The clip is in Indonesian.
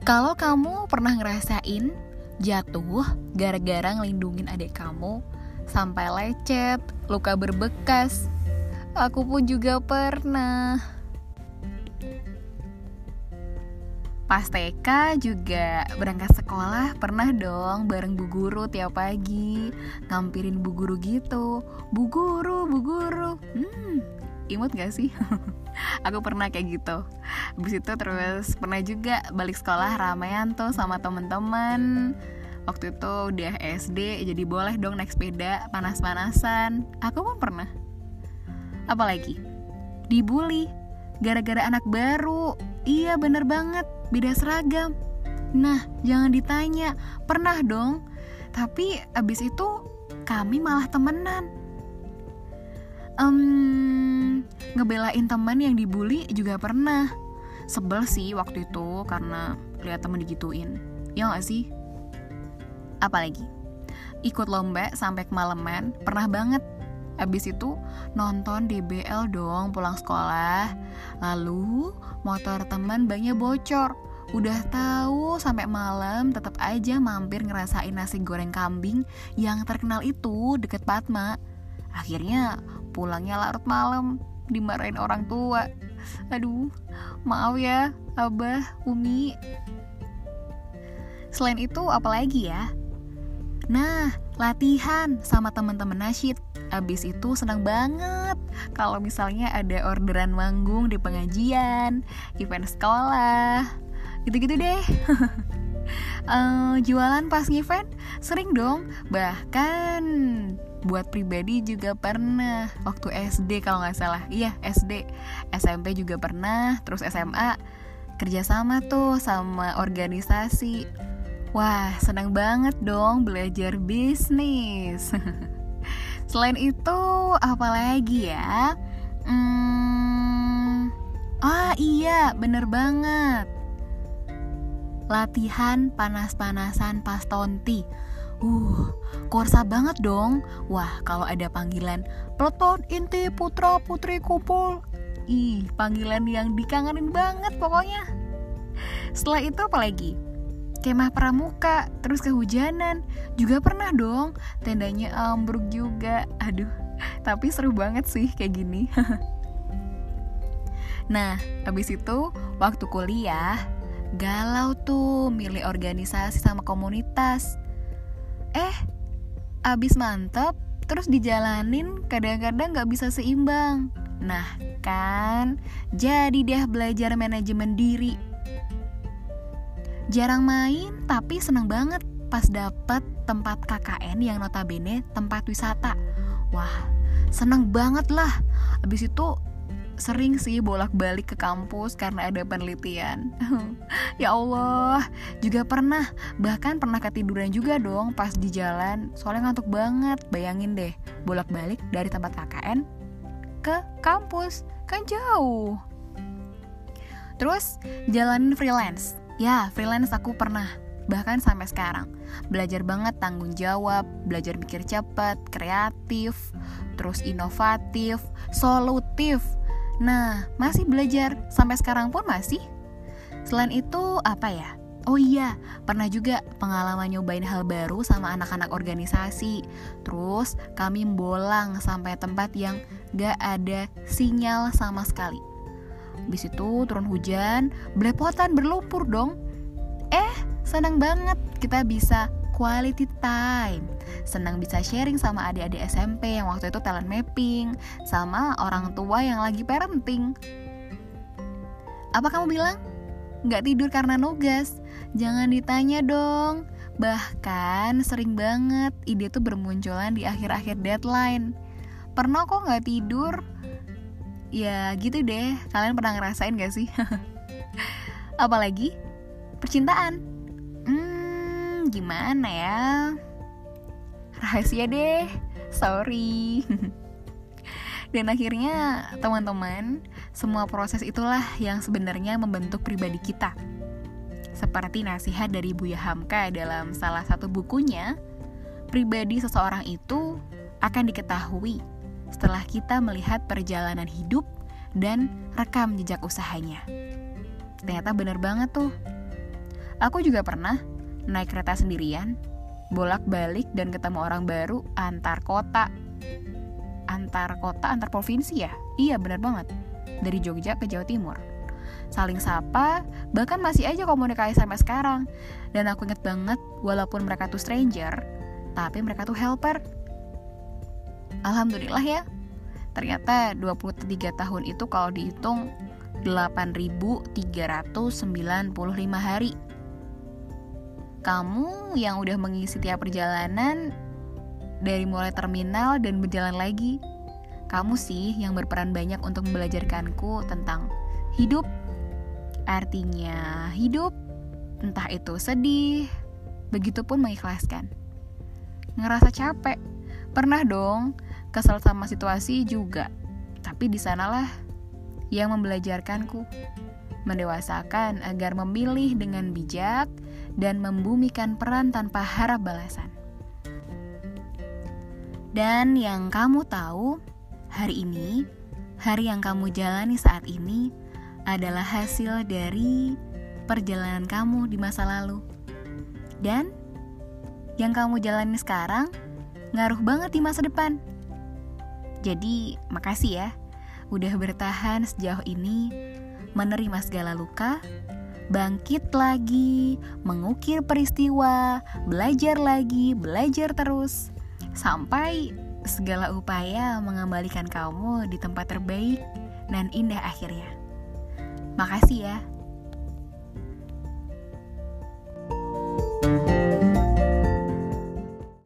Kalau kamu pernah ngerasain jatuh gara-gara ngelindungin adik kamu sampai lecet, luka berbekas, aku pun juga pernah. Pas TK juga berangkat sekolah pernah dong bareng Bu Guru tiap pagi, ngampirin Bu Guru gitu. Bu Guru, Bu Guru. Imut gak sih? Aku pernah kayak gitu. Habis itu terus pernah juga balik sekolah ramean tuh sama teman-teman. Waktu itu udah SD, jadi boleh dong naik sepeda panas-panasan. Aku pun pernah. Apalagi? Dibully gara-gara anak baru. Iya bener banget, beda seragam. Nah, jangan ditanya, pernah dong. Tapi abis itu kami malah temenan. Ngebelain teman yang dibully juga pernah. Sebel sih waktu itu karena lihat temen digituin. Ya gak sih? Apalagi? Ikut lomba sampai kemalaman, pernah banget. Abis itu nonton DBL dong pulang sekolah. Lalu motor teman bannya bocor. Udah tahu sampai malam tetap aja mampir ngerasain nasi goreng kambing yang terkenal itu deket Padma. Akhirnya pulangnya larut malam, dimarahin orang tua. Aduh, maaf ya Abah, Umi. Selain itu apalagi ya? Nah, latihan sama teman-teman nasyid. Abis itu senang banget kalau misalnya ada orderan manggung di pengajian, event sekolah, gitu-gitu deh. Jualan pas event sering dong. Bahkan buat pribadi juga pernah. Waktu SD kalau gak salah. Iya SD. SMP juga pernah. Terus SMA kerjasama tuh sama organisasi. Wah senang banget dong belajar bisnis. Selain itu apalagi ya? Iya bener banget, latihan panas-panasan pas tonti. Korsa banget dong. Wah kalau ada panggilan peleton inti putra putri kumpul, panggilan yang dikangenin banget pokoknya. Setelah itu apalagi? Kemah pramuka, terus kehujanan juga pernah dong. Tendanya ambruk juga. Aduh, tapi seru banget sih kayak gini. Nah, habis itu waktu kuliah galau tuh milih organisasi sama komunitas. Abis mantep, terus dijalanin kadang-kadang gak bisa seimbang. Nah kan, jadi deh belajar manajemen diri. Jarang main tapi seneng banget pas dapet tempat KKN yang notabene tempat wisata. Wah seneng banget lah. Abis itu sering sih bolak-balik ke kampus karena ada penelitian. Ya Allah, juga pernah, bahkan pernah ketiduran juga dong pas di jalan. Soalnya ngantuk banget. Bayangin deh, bolak-balik dari tempat KKN ke kampus, kan jauh. Terus jalanin freelance. Ya, freelance aku pernah, bahkan sampai sekarang. Belajar banget tanggung jawab, belajar mikir cepat, kreatif, terus inovatif, solutif. Nah, masih belajar sampai sekarang pun masih. Selain itu apa ya? Oh iya, pernah juga pengalaman nyobain hal baru sama anak-anak organisasi. Terus kami bolang sampai tempat yang gak ada sinyal sama sekali. Habis itu turun hujan, belepotan berlumpur dong. Senang banget kita bisa quality time. Senang bisa sharing sama adik-adik SMP yang waktu itu talent mapping, sama orang tua yang lagi parenting. Apa kamu bilang? Gak tidur karena nugas? Jangan ditanya dong. Bahkan sering banget ide tuh bermunculan di akhir-akhir deadline. Pernah kok gak tidur? Ya gitu deh, kalian pernah ngerasain gak sih? Apalagi? Percintaan. Gimana ya? Rahasia deh, sorry. Dan akhirnya teman-teman, semua proses itulah yang sebenarnya membentuk pribadi kita. Seperti nasihat dari Buya Hamka dalam salah satu bukunya, pribadi seseorang itu akan diketahui setelah kita melihat perjalanan hidup dan rekam jejak usahanya. Ternyata benar banget tuh. Aku juga pernah naik kereta sendirian, bolak-balik dan ketemu orang baru antar kota, antar provinsi ya. Iya benar banget. Dari Jogja ke Jawa Timur. Saling sapa, bahkan masih aja komunikasi sampai sekarang. Dan aku inget banget, walaupun mereka tuh stranger, tapi mereka tuh helper. Alhamdulillah ya. Ternyata 23 tahun itu kalau dihitung 8.395 hari. Kamu yang udah mengisi tiap perjalanan dari mulai terminal dan berjalan lagi. Kamu sih yang berperan banyak untuk membelajarkanku tentang hidup. Artinya hidup, entah itu sedih, begitupun mengikhlaskan. Ngerasa capek, pernah dong kesel sama situasi juga. Tapi di sanalah yang membelajarkanku, mendewasakan agar memilih dengan bijak dan membumikan peran tanpa harap balasan. Dan yang kamu tahu, hari ini, hari yang kamu jalani saat ini adalah hasil dari perjalanan kamu di masa lalu. Dan yang kamu jalani sekarang ngaruh banget di masa depan. Jadi, makasih ya udah bertahan sejauh ini, menerima segala luka, bangkit lagi, mengukir peristiwa, belajar lagi, belajar terus, sampai segala upaya mengembalikan kamu di tempat terbaik dan indah akhirnya. Makasih ya.